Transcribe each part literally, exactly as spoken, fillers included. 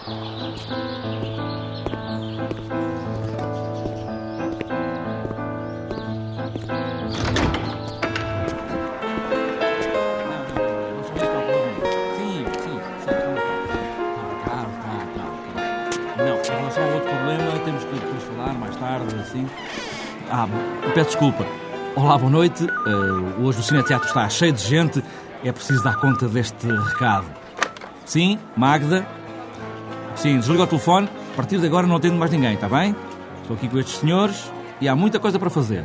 Ah, peço desculpa. Olá, boa noite. Uh, hoje o Cineteatro está cheio de gente. É preciso dar conta deste recado. Sim, Magda? Sim, desliga o telefone. A partir de agora não atendo mais ninguém, está bem? Estou aqui com estes senhores e há muita coisa para fazer.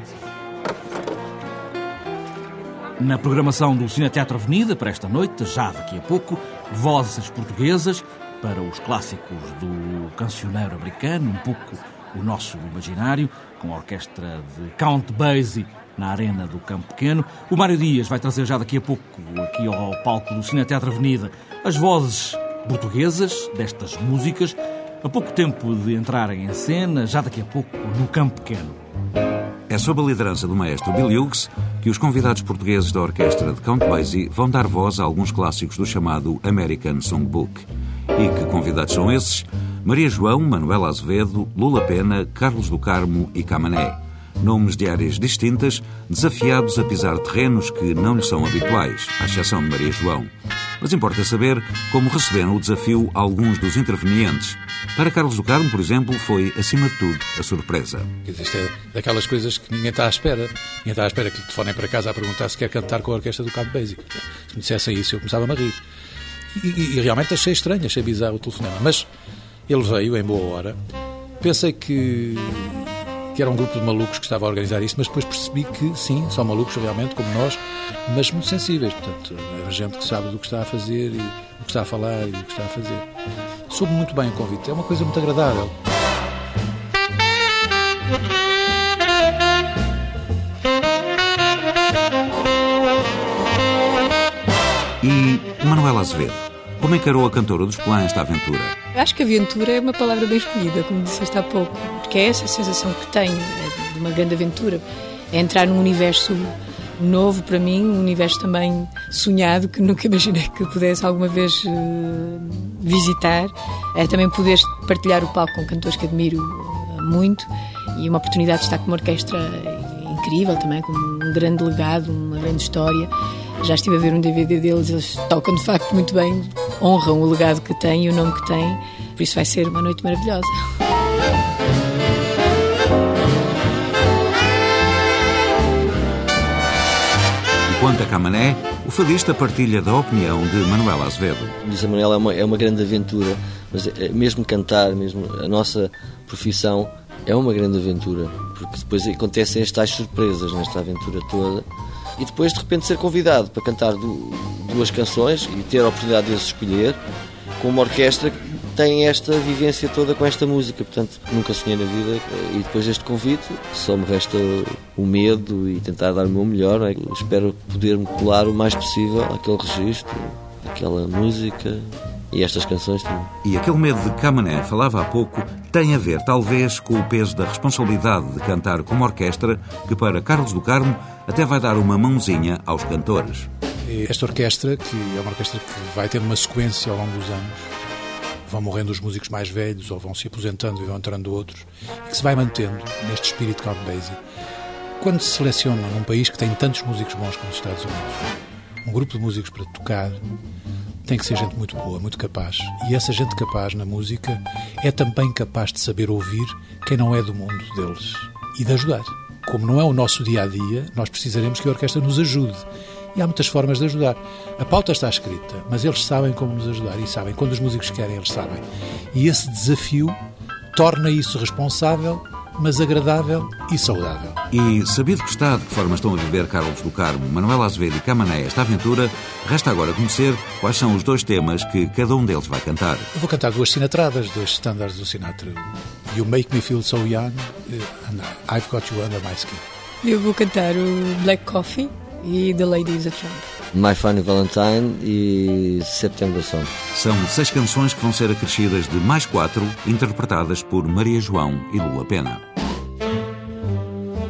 Na programação do Cineteatro Avenida, para esta noite, já daqui a pouco, vozes portuguesas para os clássicos do cancioneiro americano, um pouco o nosso imaginário, com a orquestra de Count Basie na arena do Campo Pequeno. O Mário Dias vai trazer já daqui a pouco, aqui ao palco do Cineteatro Avenida, as vozes portuguesas destas músicas, a pouco tempo de entrarem em cena, já daqui a pouco, no Campo Pequeno. É sob a liderança do maestro Billy Hughes que os convidados portugueses da orquestra de Count Basie vão dar voz a alguns clássicos do chamado American Songbook. E que convidados são esses? Maria João, Manuela Azevedo, Lula Pena, Carlos do Carmo e Camané. Nomes de áreas distintas, desafiados a pisar terrenos que não lhes são habituais, à exceção de Maria João. Mas importa saber como receberam o desafio alguns dos intervenientes. Para Carlos do Carmo, por exemplo, foi, acima de tudo, a surpresa. Isto é daquelas coisas que ninguém está à espera. Ninguém está à espera que lhe telefonem para casa a perguntar se quer cantar com a orquestra do Count Basie. Se me dissessem isso, eu começava a rir. E, e, e realmente achei estranho, achei bizarro o telefonema. Mas ele veio em boa hora. Pensei que, que era um grupo de malucos que estava a organizar isto, mas depois percebi que, sim, são malucos realmente, como nós, mas muito sensíveis. Portanto, é gente que sabe do que está a fazer, e do que está a falar e do que está a fazer. Soube muito bem o convite. É uma coisa muito agradável. E Manuela Azevedo, como encarou a cantora dos Plans esta aventura? Acho que aventura é uma palavra bem escolhida, como disseste há pouco, porque é essa a sensação que tenho de uma grande aventura. É entrar num universo novo para mim, um universo também sonhado, que nunca imaginei que pudesse alguma vez uh, visitar. É também poder partilhar o palco com cantores que admiro uh, muito, e uma oportunidade de estar com uma orquestra incrível também, com um grande legado, uma grande história. Já estive a ver um D V D deles, eles tocam de facto muito bem, honram o legado que têm e o nome que têm, por isso vai ser uma noite maravilhosa. Quanto a Camané, o fadista partilha da opinião de Manuela Azevedo. Diz a Manuela, é uma, é uma grande aventura, mas é, mesmo cantar, mesmo a nossa profissão, é uma grande aventura, porque depois acontecem as tais surpresas nesta aventura toda. E depois, de repente, ser convidado para cantar duas canções e ter a oportunidade de as escolher, com uma orquestra que tem esta vivência toda com esta música, portanto, nunca sonhei na vida. E depois deste convite, só me resta o medo e tentar dar o meu melhor. Não é? Espero poder-me colar o mais possível àquele registro, àquela música e estas canções também. E aquele medo de Camané falava há pouco tem a ver, talvez, com o peso da responsabilidade de cantar com uma orquestra que, para Carlos do Carmo, até vai dar uma mãozinha aos cantores. Esta orquestra, que é uma orquestra que vai ter uma sequência ao longo dos anos, vão morrendo os músicos mais velhos ou vão se aposentando e vão entrando outros, e que se vai mantendo neste espírito Count Basie. Quando se seleciona num país que tem tantos músicos bons como os Estados Unidos, um grupo de músicos para tocar, tem que ser gente muito boa, muito capaz. E essa gente capaz na música é também capaz de saber ouvir quem não é do mundo deles e de ajudar. Como não é o nosso dia-a-dia, nós precisaremos que a orquestra nos ajude. E há muitas formas de ajudar. A pauta está escrita, mas eles sabem como nos ajudar e sabem. Quando os músicos querem, eles sabem. E esse desafio torna isso responsável, mas agradável e saudável. E, sabido que está, de que forma estão a viver Carlos do Carmo, Manuela Azevedo e Camané esta aventura, resta agora conhecer quais são os dois temas que cada um deles vai cantar. Eu vou cantar duas sinatradas, dois standards do Sinatra. You Make Me Feel So Young and I've Got You Under My Skin. Eu vou cantar o Black Coffee e The Lady is a Tramp. My Funny Valentine e September Song. São seis canções que vão ser acrescidas de mais quatro, interpretadas por Maria João e Lula Pena.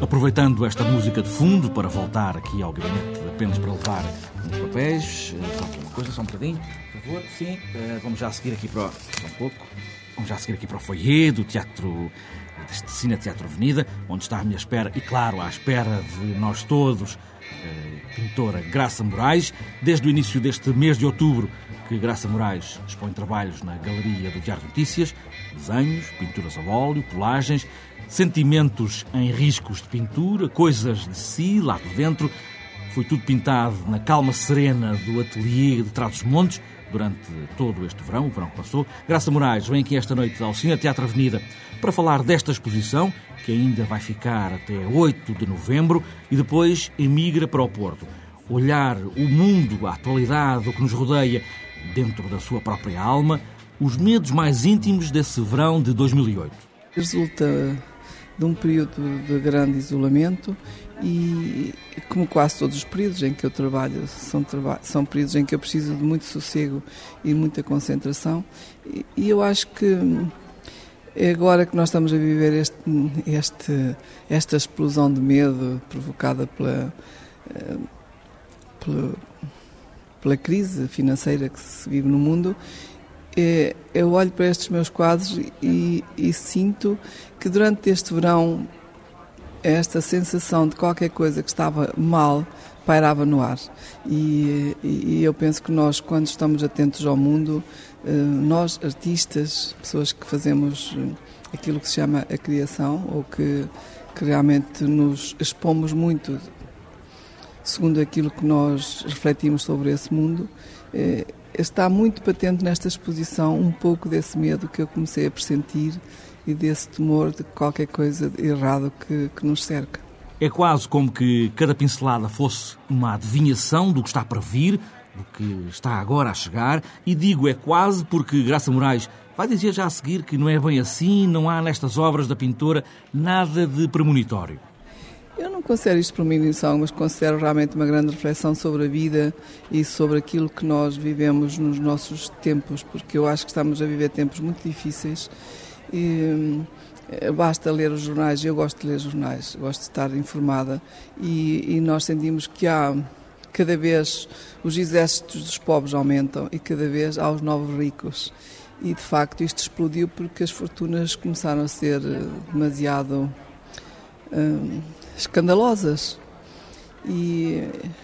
Aproveitando esta música de fundo para voltar aqui ao gabinete, apenas para levar uns papéis, só aqui uma coisa, só um bocadinho, por favor, sim, vamos já seguir aqui para o, só um pouco, vamos já seguir aqui para o foyer do Teatro, deste Cine Teatro Avenida, onde está à minha espera, e claro, à espera de nós todos, a pintora Graça Moraes, desde o início deste mês de outubro, que Graça Moraes expõe trabalhos na Galeria do Diário de Notícias, desenhos, pinturas a óleo, colagens, sentimentos em riscos de pintura, coisas de si lá por dentro. Foi tudo pintado na calma serena do ateliê de Trás-os-Montes durante todo este verão, o verão que passou. Graça Moraes vem aqui esta noite ao Cine Teatro Avenida para falar desta exposição, que ainda vai ficar até oito de novembro, e depois emigra para o Porto. Olhar o mundo, a atualidade, o que nos rodeia, dentro da sua própria alma, os medos mais íntimos desse verão de dois mil e oito. Resulta de um período de grande isolamento e, como quase todos os períodos em que eu trabalho, são, traba- são períodos em que eu preciso de muito sossego e muita concentração, e, e eu acho que é agora que nós estamos a viver este, este, esta explosão de medo provocada pela, pela, pela crise financeira que se vive no mundo. É, eu olho para estes meus quadros e, e sinto que durante este verão esta sensação de qualquer coisa que estava mal pairava no ar. E, e eu penso que nós, quando estamos atentos ao mundo, nós, artistas, pessoas que fazemos aquilo que se chama a criação, ou que, que realmente nos expomos muito segundo aquilo que nós refletimos sobre esse mundo, está muito patente nesta exposição um pouco desse medo que eu comecei a pressentir e desse temor de qualquer coisa de errado que, que nos cerca. É quase como que cada pincelada fosse uma adivinhação do que está para vir, do que está agora a chegar, e digo é quase porque Graça Moraes vai dizer já a seguir que não é bem assim, não há nestas obras da pintora nada de premonitório. Eu não considero isto premonição, mas considero realmente uma grande reflexão sobre a vida e sobre aquilo que nós vivemos nos nossos tempos, porque eu acho que estamos a viver tempos muito difíceis e basta ler os jornais. Eu gosto de ler jornais, gosto de estar informada, e, e nós sentimos que há cada vez os exércitos dos pobres aumentam e cada vez há os novos ricos, e de facto isto explodiu porque as fortunas começaram a ser demasiado hum, escandalosas, e,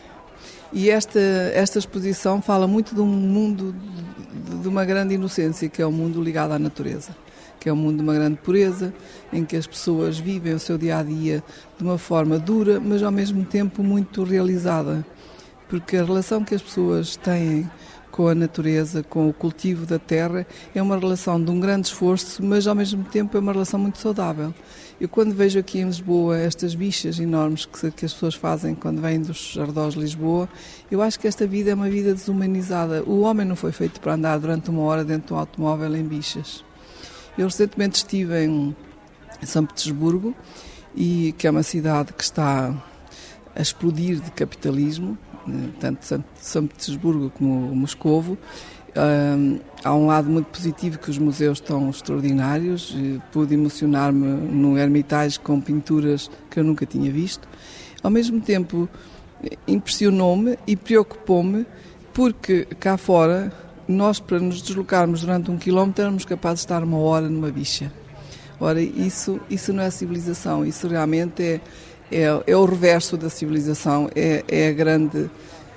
e esta, esta exposição fala muito de um mundo de, de uma grande inocência, que é o um mundo ligado à natureza, que é um mundo de uma grande pureza, em que as pessoas vivem o seu dia-a-dia de uma forma dura, mas ao mesmo tempo muito realizada, porque a relação que as pessoas têm com a natureza, com o cultivo da terra, é uma relação de um grande esforço, mas ao mesmo tempo é uma relação muito saudável. Eu, quando vejo aqui em Lisboa estas bichas enormes que, que as pessoas fazem quando vêm dos arredores de Lisboa, eu acho que esta vida é uma vida desumanizada. O homem não foi feito para andar durante uma hora dentro de um automóvel em bichas. Eu recentemente estive em São Petersburgo, e, que é uma cidade que está a explodir de capitalismo, tanto São Petersburgo como Moscovo. Um, há um lado muito positivo, que os museus estão extraordinários. Pude emocionar-me no Hermitage com pinturas que eu nunca tinha visto. Ao mesmo tempo, impressionou-me e preocupou-me, porque cá fora, nós, para nos deslocarmos durante um quilómetro, éramos capazes de estar uma hora numa bicha. Ora, isso, isso não é civilização, isso realmente é É, é o reverso da civilização, é, é, a grande,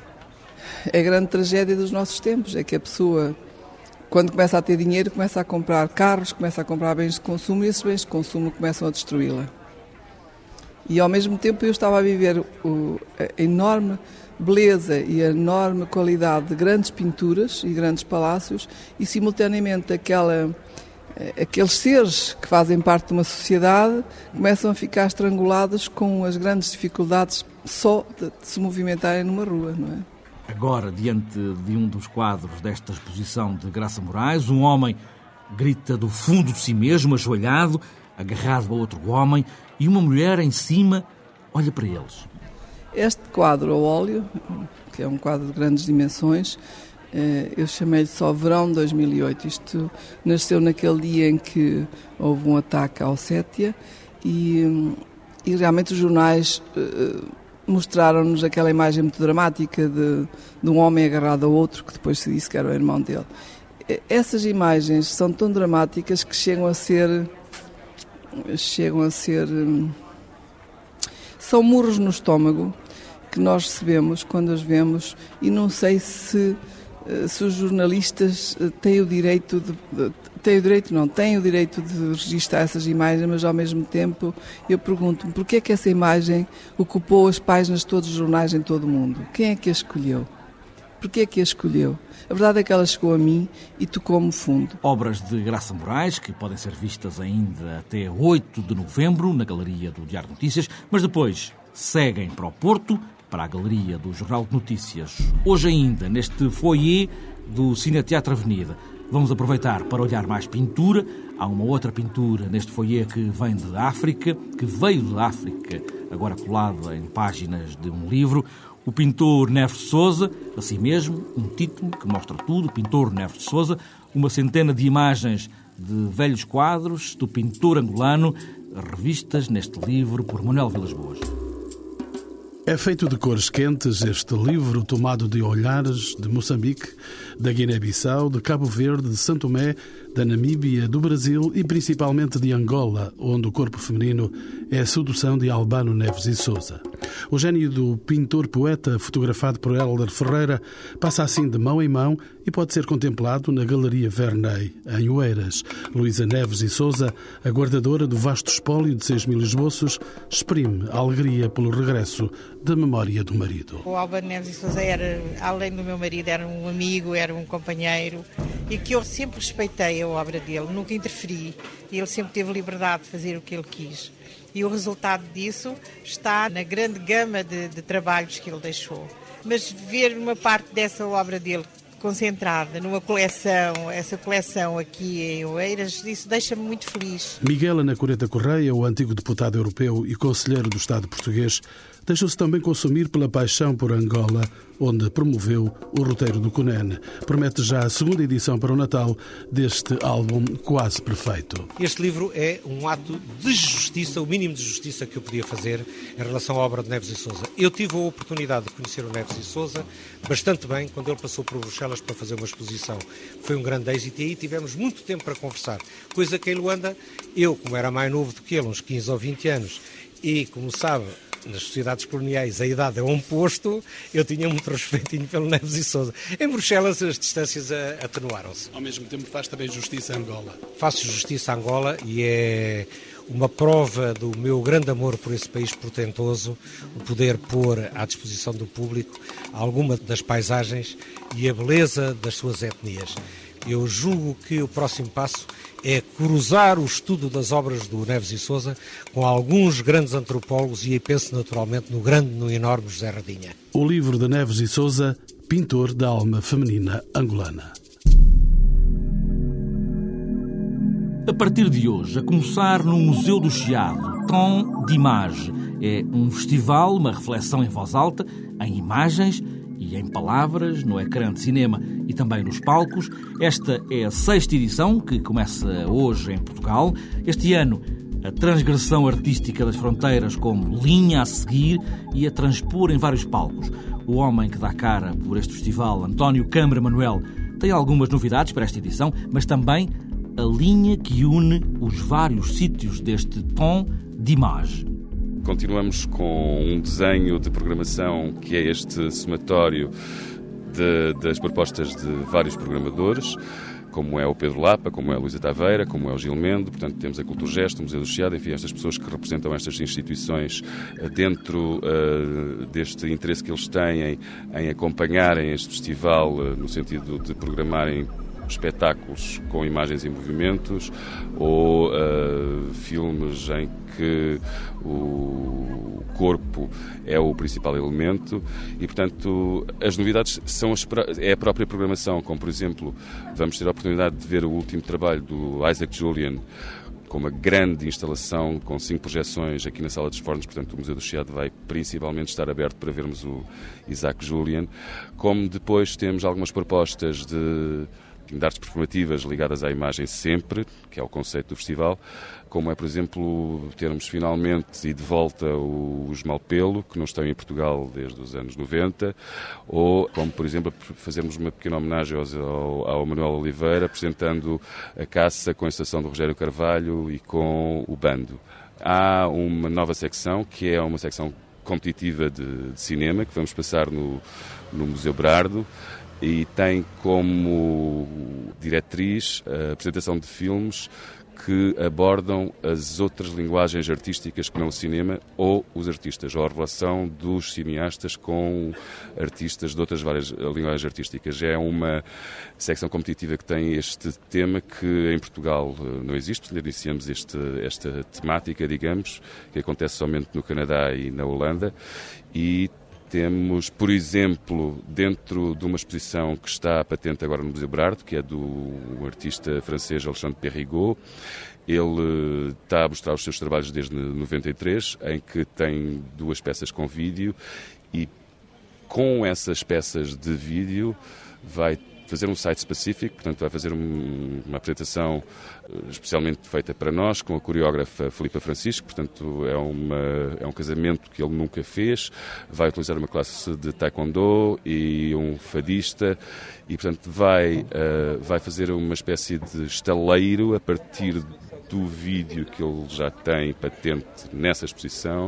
é a grande tragédia dos nossos tempos. É que a pessoa, quando começa a ter dinheiro, começa a comprar carros, começa a comprar bens de consumo, e esses bens de consumo começam a destruí-la. E ao mesmo tempo eu estava a viver o, a enorme beleza e a enorme qualidade de grandes pinturas e grandes palácios, e simultaneamente aquela... aqueles seres que fazem parte de uma sociedade começam a ficar estrangulados com as grandes dificuldades só de, de se movimentarem numa rua, não é? Agora, diante de um dos quadros desta exposição de Graça Moraes, um homem grita do fundo de si mesmo, ajoelhado, agarrado a outro homem, e uma mulher em cima olha para eles. Este quadro ao óleo, que é um quadro de grandes dimensões, eu chamei-lhe só Verão dois mil e oito. Isto nasceu naquele dia em que houve um ataque à Ossétia, e, e realmente os jornais uh, mostraram-nos aquela imagem muito dramática de, de um homem agarrado ao outro, que depois se disse que era o irmão dele. Essas imagens são tão dramáticas que chegam a ser... chegam a ser... Um, são murros no estômago que nós recebemos quando as vemos, e não sei se, se os jornalistas têm o direito de... de têm o direito, não, têm o direito de registrar essas imagens, mas ao mesmo tempo eu pergunto-me porquê é que essa imagem ocupou as páginas de todos os jornais em todo o mundo? Quem é que a escolheu? Porquê é que a escolheu? A verdade é que ela chegou a mim e tocou-me fundo. Obras de Graça Moraes, que podem ser vistas ainda até oito de novembro na Galeria do Diário de Notícias, mas depois seguem para o Porto, para a Galeria do Jornal de Notícias. Hoje ainda, neste foyer do Cineteatro Avenida, vamos aproveitar para olhar mais pintura. Há uma outra pintura neste foyer que vem de África, que veio da África, agora colada em páginas de um livro. O pintor Neves de Sousa, assim mesmo, um título que mostra tudo, o pintor Neves de Sousa, uma centena de imagens de velhos quadros do pintor angolano, revistas neste livro por Manuel Vilas Boas. É feito de cores quentes este livro, tomado de olhares de Moçambique, da Guiné-Bissau, de Cabo Verde, de São Tomé, da Namíbia, do Brasil e principalmente de Angola, onde o corpo feminino é a sedução de Albano Neves e Sousa. O gênio do pintor-poeta, fotografado por Hélder Ferreira, passa assim de mão em mão e pode ser contemplado na Galeria Verney, em Oeiras. Luísa Neves e Sousa, a guardadora do vasto espólio de seis mil esboços, exprime a alegria pelo regresso da memória do marido. O Albano Neves e Sousa era, além do meu marido, era um amigo, era um companheiro, e que eu sempre respeitei a obra dele, nunca interferi, e ele sempre teve liberdade de fazer o que ele quis. E o resultado disso está na grande gama de, de trabalhos que ele deixou. Mas ver uma parte dessa obra dele concentrada numa coleção, essa coleção aqui em Oeiras, isso deixa-me muito feliz. Miguel Anacoreta Correia, o antigo deputado europeu e conselheiro do Estado português, deixou-se também consumir pela paixão por Angola, onde promoveu o roteiro do Cunene. Promete já a segunda edição para o Natal deste álbum quase perfeito. Este livro é um ato de justiça, o mínimo de justiça que eu podia fazer em relação à obra de Neves e Sousa. Eu tive a oportunidade de conhecer o Neves e Sousa bastante bem quando ele passou por Bruxelas para fazer uma exposição. Foi um grande êxito e aí tivemos muito tempo para conversar. Coisa que em Luanda, eu, como era mais novo do que ele, uns quinze ou vinte anos, e como sabe, nas sociedades coloniais a idade é um posto, eu tinha muito respeitinho pelo Neves e Sousa. Em Bruxelas as distâncias atenuaram-se. Ao mesmo tempo faz também justiça a Angola. Faço justiça a Angola e é uma prova do meu grande amor por esse país portentoso, o poder pôr à disposição do público alguma das paisagens e a beleza das suas etnias. Eu julgo que o próximo passo é cruzar o estudo das obras do Neves e Sousa com alguns grandes antropólogos e aí penso naturalmente no grande, no enorme José Radinha. O livro de Neves e Sousa, pintor da alma feminina angolana. A partir de hoje, a começar no Museu do Chiado, Temps d'Image. É um festival, uma reflexão em voz alta, em imagens e em palavras, no ecrã de cinema e também nos palcos. Esta é a sexta edição, que começa hoje em Portugal. Este ano, a transgressão artística das fronteiras como linha a seguir e a transpor em vários palcos. O homem que dá cara por este festival, António Câmara Manuel, tem algumas novidades para esta edição, mas também a linha que une os vários sítios deste Temps d'Image. Continuamos com um desenho de programação que é este somatório de, das propostas de vários programadores, como é o Pedro Lapa, como é a Luísa Taveira, como é o Gil Mendo. Portanto, temos a Culturgesto, o Museu do Chiado, enfim, estas pessoas que representam estas instituições dentro uh, deste interesse que eles têm em acompanharem este festival, uh, no sentido de programarem espetáculos com imagens em movimentos ou uh, filmes em que o corpo é o principal elemento e, portanto, as novidades são as, é a própria programação, como, por exemplo, vamos ter a oportunidade de ver o último trabalho do Isaac Julien, com uma grande instalação, com cinco projeções aqui na Sala dos Fornos. Portanto, o Museu do Chiado vai principalmente estar aberto para vermos o Isaac Julien, como depois temos algumas propostas de de artes performativas ligadas à imagem sempre, que é o conceito do festival, como é, por exemplo, termos finalmente e de volta os Malpelo, que não estão em Portugal desde os anos noventa, ou como, por exemplo, fazermos uma pequena homenagem ao, ao Manuel Oliveira, apresentando a caça com a encenação do Rogério Carvalho e com o Bando. Há uma nova secção, que é uma secção competitiva de, de cinema, que vamos passar no, no Museu Brardo, e tem como diretriz a apresentação de filmes que abordam as outras linguagens artísticas que não o cinema ou os artistas, ou a relação dos cineastas com artistas de outras várias linguagens artísticas. É uma secção competitiva que tem este tema que em Portugal não existe. Iniciamos este, esta temática, digamos, que acontece somente no Canadá e na Holanda, e temos, por exemplo, dentro de uma exposição que está patente agora no Museu Brardo, que é do artista francês Alexandre Perrigot. Ele está a mostrar os seus trabalhos desde noventa e três, em que tem duas peças com vídeo, e com essas peças de vídeo vai fazer um site específico, portanto vai fazer um, uma apresentação especialmente feita para nós, com a coreógrafa Filipa Francisco, portanto é, uma, é um casamento que ele nunca fez, vai utilizar uma classe de taekwondo e um fadista, e portanto vai, uh, vai fazer uma espécie de estaleiro a partir do vídeo que ele já tem patente nessa exposição,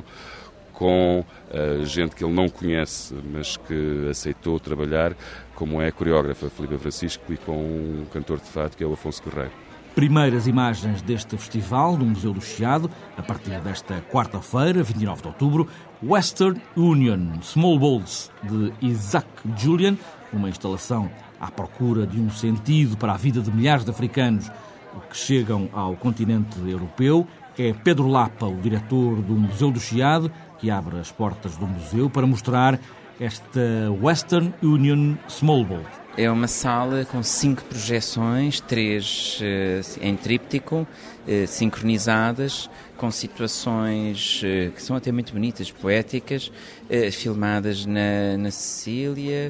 com uh, gente que ele não conhece, mas que aceitou trabalhar, como é a coreógrafa Filipa Francisco e com um cantor de fado que é o Afonso Guerreiro. Primeiras imagens deste festival no Museu do Chiado, a partir desta quarta-feira, vinte e nove de outubro, Western Union Small Bowls, de Isaac Julian, uma instalação à procura de um sentido para a vida de milhares de africanos que chegam ao continente europeu. É Pedro Lapa, o diretor do Museu do Chiado, que abre as portas do museu para mostrar esta Western Union Small Bowl. É uma sala com cinco projeções, três uh, em tríptico, uh, sincronizadas, com situações uh, que são até muito bonitas, poéticas, uh, filmadas na, na Sicília,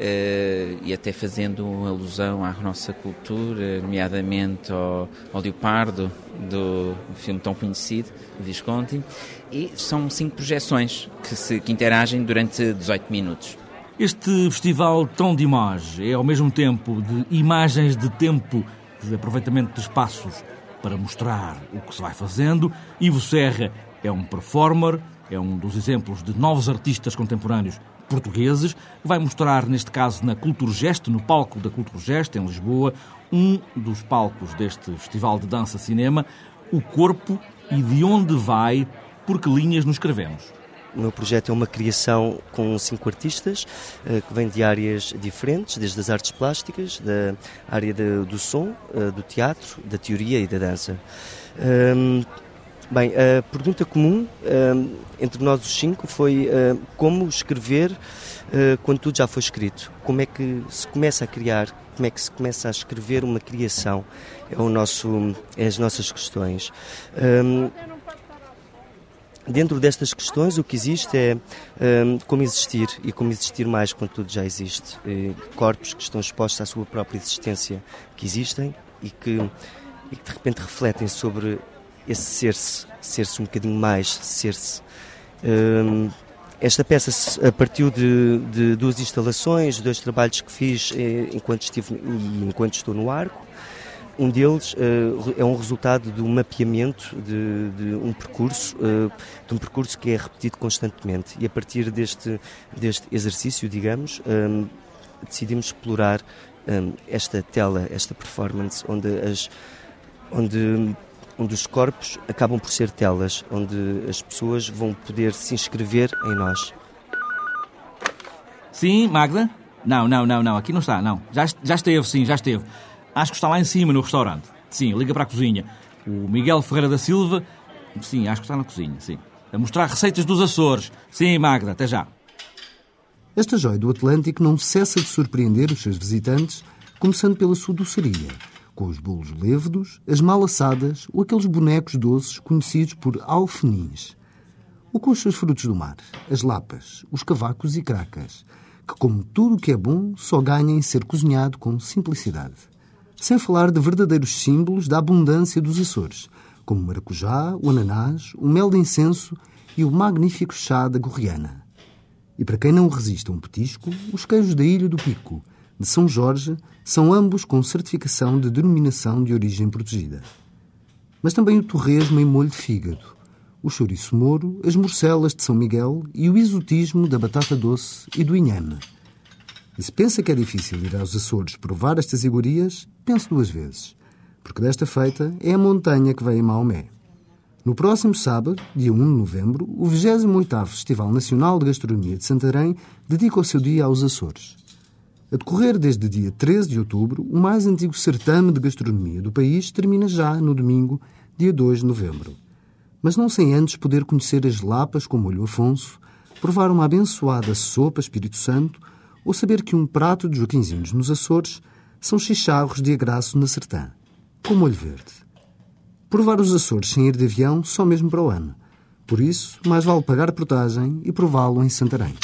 uh, e até fazendo alusão à nossa cultura, nomeadamente ao, ao Leopardo, do filme tão conhecido, do Visconti. E são cinco projeções que, se, que interagem durante dezoito minutos. Este festival tão de imagem é ao mesmo tempo de imagens de tempo, de aproveitamento de espaços para mostrar o que se vai fazendo. Ivo Serra é um performer, é um dos exemplos de novos artistas contemporâneos portugueses, que vai mostrar, neste caso, na Culturgest, no palco da Culturgest, em Lisboa, um dos palcos deste festival de dança-cinema, o corpo e de onde vai, por que linhas nos escrevemos. O meu projeto é uma criação com cinco artistas uh, que vêm de áreas diferentes, desde as artes plásticas, da área de, do som, uh, do teatro, da teoria e da dança. Um, bem, a pergunta comum um, entre nós os cinco foi uh, como escrever uh, quando tudo já foi escrito. Como é que se começa a criar, como é que se começa a escrever uma criação? É, o nosso, é as nossas questões. Um, Dentro destas questões, o que existe é um, como existir e como existir mais quando tudo já existe. E corpos que estão expostos à sua própria existência, que existem e que, e que de repente refletem sobre esse ser-se, ser-se um bocadinho mais, ser-se. Um, esta peça partiu de, de duas instalações, dois trabalhos que fiz eh, enquanto estive e enquanto estou no Arco. Um deles uh, é um resultado de um mapeamento de, de um percurso, uh, de um percurso que é repetido constantemente. E a partir deste, deste exercício, digamos, um, decidimos explorar um, esta tela, esta performance, onde, as, onde, onde os corpos acabam por ser telas, onde as pessoas vão poder se inscrever em nós. Sim, Magda? Não, não, não, não, aqui não está, não. Já, já esteve, sim, já esteve. Acho que está lá em cima, no restaurante. Sim, liga para a cozinha. O Miguel Ferreira da Silva... Sim, acho que está na cozinha, sim. A mostrar receitas dos Açores. Sim, Magda, até já. Esta joia do Atlântico não cessa de surpreender os seus visitantes, começando pela sua doçaria, com os bolos lévedos, as malaçadas ou aqueles bonecos doces conhecidos por alfenins. Ou com os seus frutos do mar, as lapas, os cavacos e cracas, que, como tudo o que é bom, só ganha em ser cozinhado com simplicidade. sem falar de verdadeiros símbolos da abundância dos Açores, como o maracujá, o ananás, o mel de incenso e o magnífico chá da gorriana. E para quem não resiste a um petisco, os queijos da Ilha do Pico, de São Jorge, são ambos com certificação de denominação de origem protegida. Mas também o torresmo em molho de fígado, o chouriço moro, as morcelas de São Miguel e o exotismo da batata doce e do inhame. E se pensa que é difícil ir aos Açores provar estas iguarias, pense duas vezes, porque desta feita é a montanha que vem em Maomé. No próximo sábado, dia um de novembro, o vigésimo oitavo Festival Nacional de Gastronomia de Santarém dedica o seu dia aos Açores. A decorrer desde dia treze de outubro, o mais antigo certame de gastronomia do país termina já no domingo, dia dois de novembro. Mas não sem antes poder conhecer as lapas com molho Afonso, provar uma abençoada sopa Espírito Santo ou saber que um prato de Joaquinzinhos nos Açores são chicharros de agraço na Sertã, com molho verde. Provar os Açores sem ir de avião só mesmo para o ano. Por isso, mais vale pagar portagem e prová-lo em Santarém.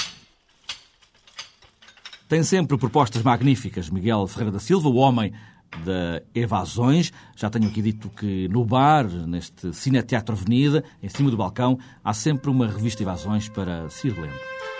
Tem sempre propostas magníficas, Miguel Ferreira da Silva, o homem de evasões. Já tenho aqui dito que no bar, neste Cineteatro Avenida, em cima do balcão, há sempre uma revista Evasões para se ir lendo.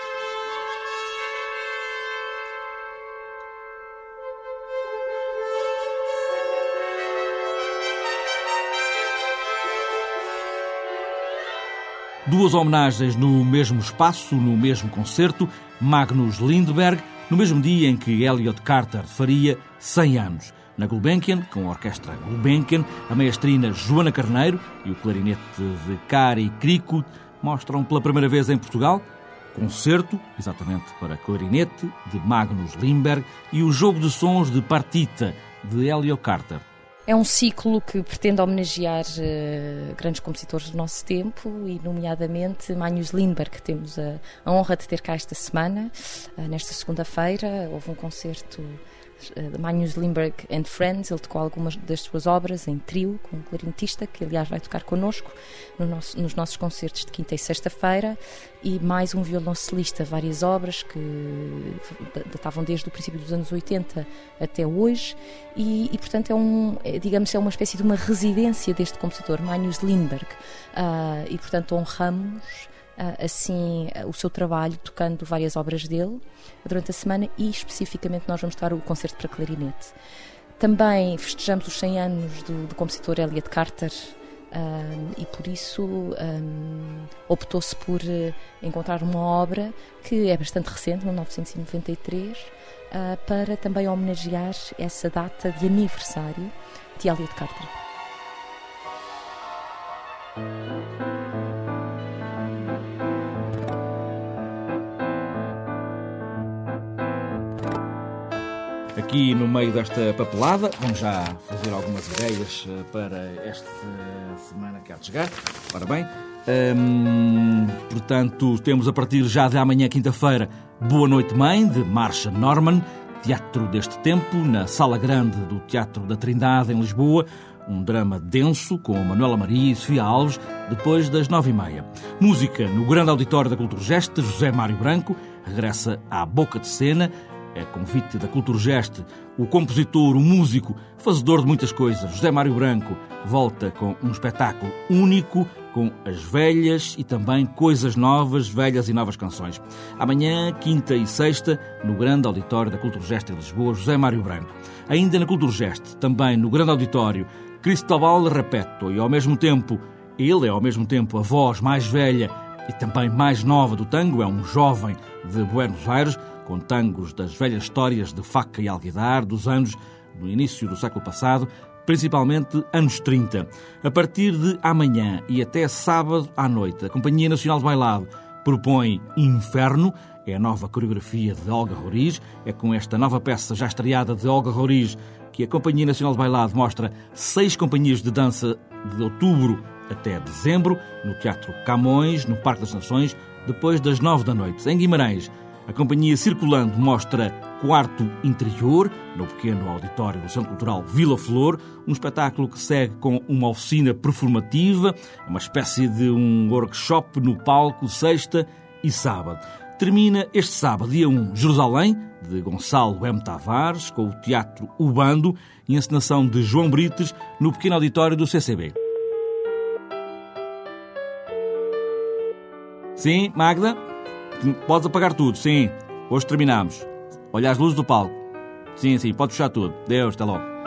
Duas homenagens no mesmo espaço, no mesmo concerto, Magnus Lindberg, no mesmo dia em que Elliot Carter faria cem anos. Na Gulbenkian, com a orquestra Gulbenkian, a maestrina Joana Carneiro e o clarinete de Kari Krikut mostram pela primeira vez em Portugal concerto, exatamente para clarinete, de Magnus Lindberg e o jogo de sons de Partita, de Elliot Carter. É um ciclo que pretende homenagear uh, grandes compositores do nosso tempo e, nomeadamente, Magnus Lindberg, que temos a, a honra de ter cá esta semana. Uh, nesta segunda-feira houve um concerto de Magnus Lindberg and Friends. Ele tocou algumas das suas obras em trio com um clarinetista, que aliás vai tocar connosco no nosso, nos nossos concertos de quinta e sexta-feira, e mais um violoncelista, várias obras que datavam desde o princípio dos anos oitenta até hoje, e, e portanto é um, é, digamos, é uma espécie de uma residência deste compositor, Magnus Lindberg, uh, e portanto honramos assim o seu trabalho tocando várias obras dele durante a semana, e especificamente nós vamos tocar o concerto para clarinete. Também festejamos os cem anos do, do compositor Elliot Carter, um, e por isso um, optou-se por encontrar uma obra que é bastante recente, mil novecentos e noventa e três, uh, para também homenagear essa data de aniversário de Elliot Carter. Aqui no meio desta papelada, vamos já fazer algumas ideias para esta semana que há de chegar. Ora bem, hum, portanto, temos a partir já de amanhã, quinta-feira, Boa Noite Mãe, de Marsha Norman, teatro deste tempo, na Sala Grande do Teatro da Trindade, em Lisboa. Um drama denso, com Manuela Maria e Sofia Alves, depois das nove e meia. Música no Grande Auditório da Culturgest, José Mário Branco, regressa à boca de cena. É convite da Culturgest, o compositor, o músico, fazedor de muitas coisas, José Mário Branco, volta com um espetáculo único, com as velhas e também coisas novas, velhas e novas canções. Amanhã, quinta e sexta, no Grande Auditório da Culturgest em Lisboa, José Mário Branco. Ainda na Culturgest, também no Grande Auditório, Cristóbal Repetto, e ao mesmo tempo, ele é ao mesmo tempo a voz mais velha e também mais nova do tango, é um jovem de Buenos Aires, com tangos das velhas histórias de Faca e Alguidar, dos anos no início do século passado, principalmente anos trinta. A partir de amanhã e até sábado à noite, a Companhia Nacional de Bailado propõe Inferno, é a nova coreografia de Olga Roriz. É com esta nova peça já estreada de Olga Roriz que a Companhia Nacional de Bailado mostra seis companhias de dança de outubro até dezembro, no Teatro Camões, no Parque das Nações, depois das nove da noite. Em Guimarães, a Companhia Circulando mostra Quarto Interior, no pequeno auditório do Centro Cultural Vila Flor, um espetáculo que segue com uma oficina performativa, uma espécie de um workshop no palco, sexta e sábado. termina este sábado, dia um, Jerusalém, de Gonçalo M. Tavares, com o Teatro Ubando e encenação de João Brites no pequeno auditório do C C B. Sim, Magda? Podes apagar tudo, sim. Hoje terminamos. Olha as luzes do palco. Sim, sim, pode fechar tudo. Deus, até logo.